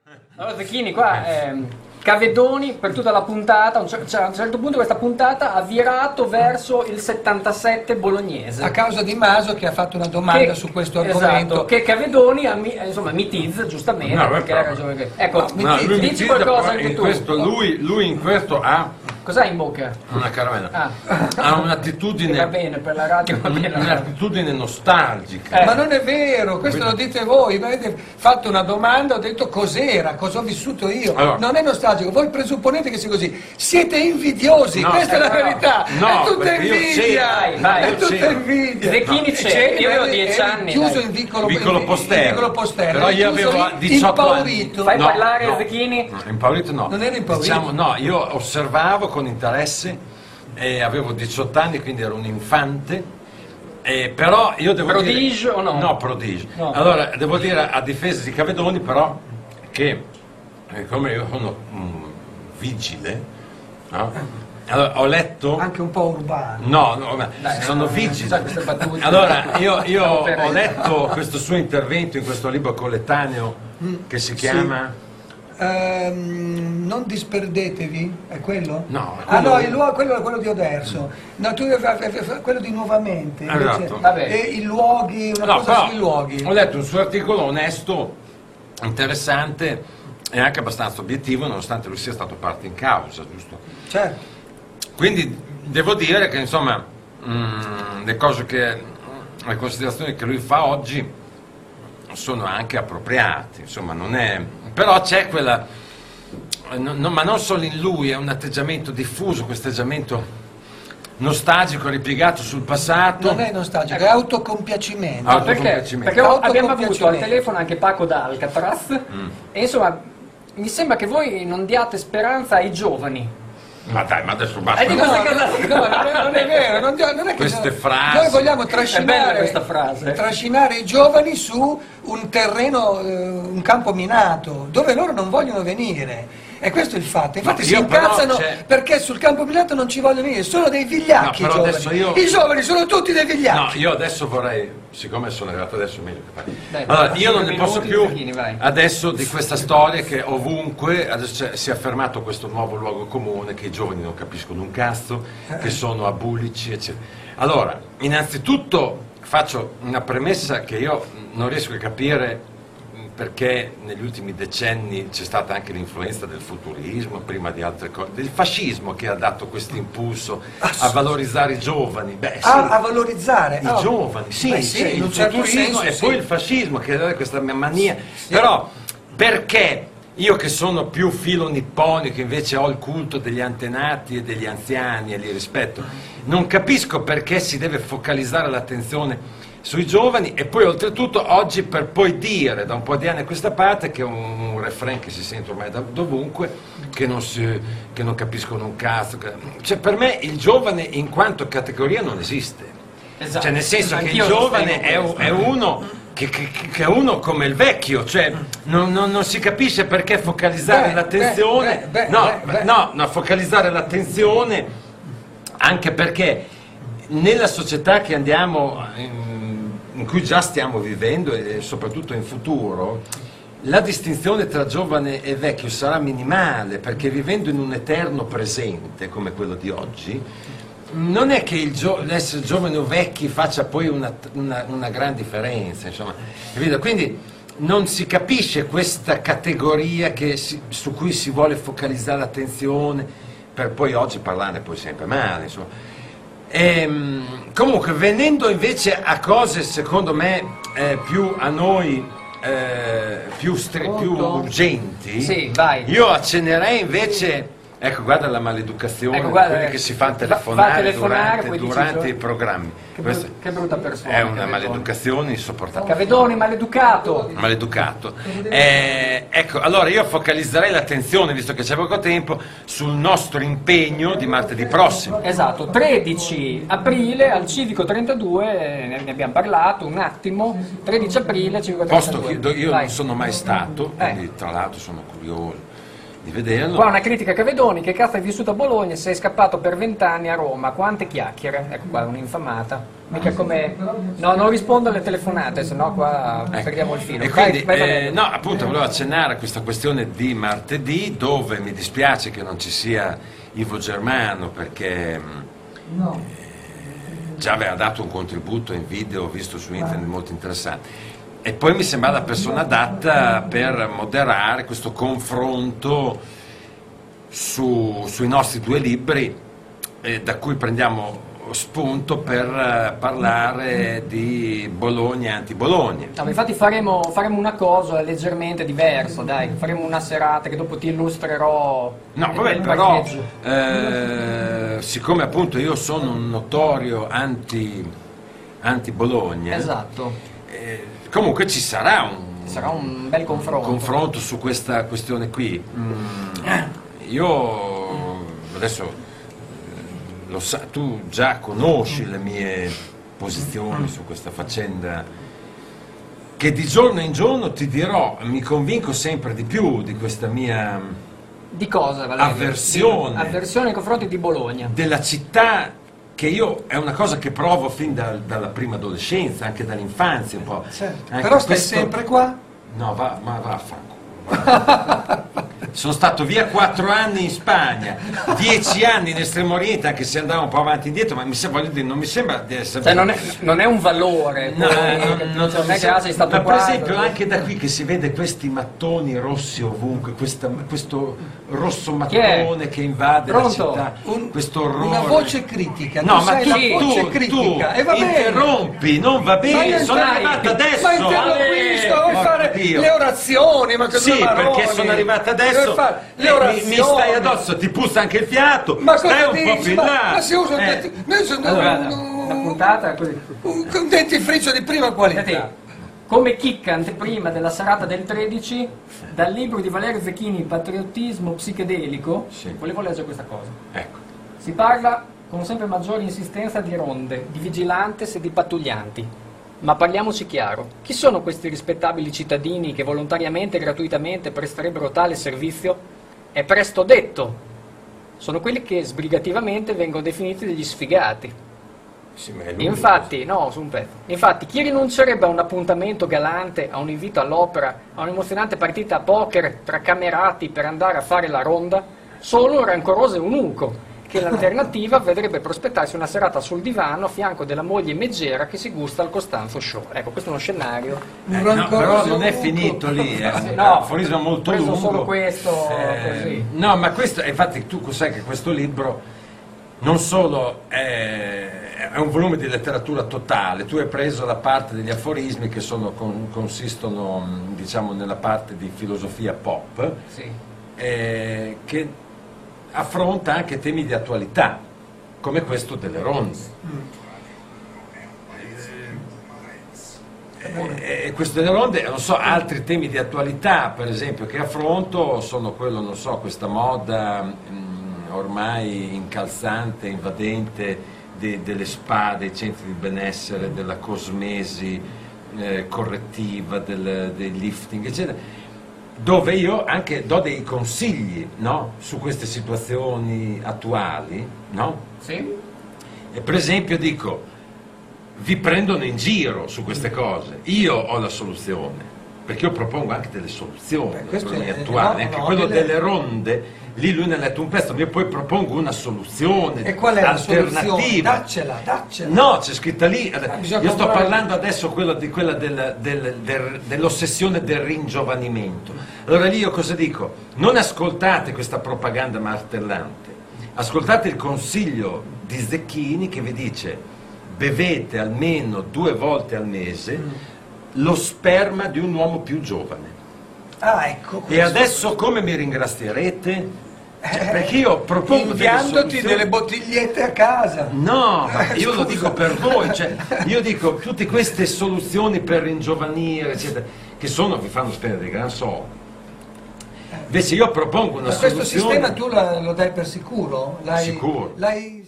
Allora Zecchini qua, Cavedoni per tutta la puntata, a un certo punto questa puntata ha virato verso il 77 bolognese. A causa di Maso che ha fatto una domanda su questo argomento. Esatto, che Cavedoni insomma mitizza giustamente, perché ha ragione che... Ecco, dici qualcosa anche tu. Lui in questo ha... Cos'hai in bocca? Una caramella. Ha un'attitudine... Va bene, per la radio va bene. Un'attitudine nostalgica. Ma non è vero, questo lo dite voi, mi avete fatto una domanda, ho detto cos'era, cosa ho vissuto io. Allora, non è nostalgico, voi presupponete che sia così. Siete invidiosi, questa è la verità. No, è tutta invidia. È tutta invidia. Zecchini c'è, io avevo 10 anni. Chiuso in vicolo Postero. Però io avevo 18 impaurito. Anni. Fai parlare Zecchini? No, impaurito no. Non ero impaurito. Diciamo, no, io osservavo con interesse e avevo 18 anni, quindi ero un infante. Però io devo prodige dire... o no? No, prodige. No. Allora, devo dire a difesa di Cavedoni però che come io sono vigile, no? Allora, ho letto... Anche un po' urbano. No, sono vigile. Allora, io ho letto questo suo intervento in questo libro coetaneo che si chiama... non disperdetevi, è quello? No, quello è quello di Oderso. No, tu quello di Nuovamente. Esatto. E i luoghi, una cosa sui luoghi. Ho letto un suo articolo onesto, interessante e anche abbastanza obiettivo, nonostante lui sia stato parte in causa, giusto? Certo. Quindi devo dire che insomma le considerazioni che lui fa oggi sono anche appropriate, insomma non è... Però c'è quella, ma non solo in lui, è un atteggiamento diffuso, questo atteggiamento nostalgico, ripiegato sul passato. Non è nostalgico, è autocompiacimento. No, perché abbiamo avuto al telefono anche Paco da Alcatraz e insomma mi sembra che voi non diate speranza ai giovani. Ma dai, ma adesso basta. No, non è vero, non è che queste frasi. Noi vogliamo È bella questa frase. trascinare i giovani su un terreno, un campo minato, dove loro non vogliono venire. E questo è il fatto. Infatti si incazzano perché sul campo minato non ci vogliono venire, sono dei vigliacchi i giovani. I giovani sono tutti dei vigliacchi. No, io adesso vorrei, siccome sono arrivato adesso, meglio che fai. Allora, io non ne posso più adesso di questa storia che ovunque adesso si è affermato questo nuovo luogo comune, che i giovani non capiscono un cazzo, che sono abulici, eccetera. Allora, innanzitutto faccio una premessa che io non riesco a capire perché negli ultimi decenni c'è stata anche l'influenza del futurismo, prima di altre cose, del fascismo che ha dato questo impulso a valorizzare i giovani. A valorizzare? I giovani, sì, in un certo senso, e poi il fascismo che ha questa mania. Però perché io che sono più filo nipponico, invece ho il culto degli antenati e degli anziani e li rispetto, non capisco perché si deve focalizzare l'attenzione sui giovani e poi oltretutto oggi per poi dire da un po' di anni a questa parte che è un refrain che si sente ormai da dovunque che non capiscono un cazzo, cioè per me il giovane in quanto categoria non esiste, esatto. Cioè nel senso che il giovane è uno che è uno come il vecchio, cioè non si capisce perché focalizzare l'attenzione, focalizzare l'attenzione anche perché nella società che andiamo in cui già stiamo vivendo e soprattutto in futuro, la distinzione tra giovane e vecchio sarà minimale, perché vivendo in un eterno presente come quello di oggi, non è che l'essere giovani o vecchi faccia poi una gran differenza, insomma. Quindi non si capisce questa categoria su cui si vuole focalizzare l'attenzione per poi oggi parlarne poi sempre male, insomma. Comunque venendo invece a cose secondo me più a noi più urgenti, sì, vai. Io accennerei invece, ecco guarda la maleducazione, quelli che si fanno telefonare durante i programmi. Che brutta persona. È una maleducazione insopportabile. Cavedoni, maleducato. Ecco, allora io focalizzerei l'attenzione, visto che c'è poco tempo, sul nostro impegno di martedì prossimo. Esatto, 13 aprile al Civico 32, ne abbiamo parlato un attimo, 13 aprile Civico 32. Posto che io non sono mai stato, quindi tra l'altro sono curioso. di vederlo. Qua una critica a Cavedoni: che cazzo hai vissuto a Bologna, sei scappato per 20 anni a Roma, quante chiacchiere. Ecco qua, un'infamata. Mica come... No, non rispondo alle telefonate, sennò qua perdiamo il filo. E quindi, no, appunto volevo accennare a questa questione di martedì, dove mi dispiace che non ci sia Ivo Germano, perché già aveva dato un contributo in video visto su internet molto interessante. E poi mi sembra la persona adatta per moderare questo confronto sui nostri due libri, da cui prendiamo spunto per parlare di Bologna e anti-Bologna. No, infatti faremo una cosa leggermente diversa, dai, faremo una serata che dopo ti illustrerò. No, vabbè, però siccome appunto io sono un notorio anti-Bologna, esatto. Comunque ci sarà un bel confronto su questa questione qui. Io adesso lo tu già conosci le mie posizioni su questa faccenda, che di giorno in giorno ti dirò, mi convinco sempre di più di questa mia di cosa, Valerio? avversione nei confronti di Bologna, della città, che io è una cosa che provo fin dalla prima adolescenza, anche dall'infanzia un po'. Certo. Però stai sempre qua? No, ma vaffanculo. Sono stato via 4 anni in Spagna, 10 anni in Estremo Oriente, anche se andavo un po' avanti e indietro, ma non mi sembra di essere... Cioè, non è un valore, non è che sei stato ma qua, per esempio anche da qui che si vede questi mattoni rossi ovunque, questo rosso mattone che invade la città, questo orrore. Una voce critica, no, ma tu e va interrompi, non va bene, sono arrivata adesso. Ma interloquista, vuoi fare le orazioni? Ma che sì, perché sono arrivata adesso. Mi stai addosso, ti puzza anche il fiato, ma stai un po' più in là. Ma si usa una puntata così. Un dentifricio di prima qualità. Come chicca anteprima della serata del 13, dal libro di Valerio Zecchini, Patriottismo psichedelico, volevo leggere questa cosa. Ecco. Si parla con sempre maggiore insistenza di ronde, di vigilantes e di pattuglianti. Ma parliamoci chiaro, chi sono questi rispettabili cittadini che volontariamente e gratuitamente presterebbero tale servizio? È presto detto, sono quelli che sbrigativamente vengono definiti degli sfigati. Sì, ma è Infatti, no, su un pezzo. Infatti, chi rinuncerebbe a un appuntamento galante, a un invito all'opera, a un'emozionante partita a poker tra camerati per andare a fare la ronda? Solo un rancoroso eunuco, che l'alternativa vedrebbe prospettarsi una serata sul divano a fianco della moglie meggera che si gusta al Costanzo Show. Ecco, questo è uno scenario. No, però non è finito lì, no, aforisma molto lungo. Solo questo, così. No, ma questo, infatti tu sai che questo libro non solo è un volume di letteratura totale, tu hai preso la parte degli aforismi che consistono, diciamo, nella parte di filosofia pop, che affronta anche temi di attualità, come questo delle ronde. E questo delle ronde, non so, altri temi di attualità, per esempio, che affronto sono quello, non so, questa moda ormai incalzante, invadente delle spa, dei centri di benessere, della cosmesi correttiva, del lifting, eccetera, dove io anche do dei consigli, no? Su queste situazioni attuali, no? Sì. E per esempio dico, vi prendono in giro su queste cose, io ho la soluzione, perché io propongo anche delle soluzioni ai problemi attuali, anche quello delle ronde, lì lui ne ha letto un pezzo, io poi propongo una soluzione e qual è alternativa. Daccela. No, c'è scritta lì, io sto parlando adesso dell'ossessione del ringiovanimento. Allora lì io cosa dico? Non ascoltate questa propaganda martellante, ascoltate il consiglio di Zecchini che vi dice: bevete almeno 2 volte al mese lo sperma di un uomo più giovane. Ah, ecco. E adesso come mi ringrazierete? Perché io propongo inviandoti delle bottigliette a casa. No, ma io lo dico per voi, cioè, io dico tutte queste soluzioni per ringiovanire, eccetera, che vi fanno spendere dei gran soldi. Invece io propongo una soluzione. Questo sistema tu lo dai per sicuro? Sicuro. L'hai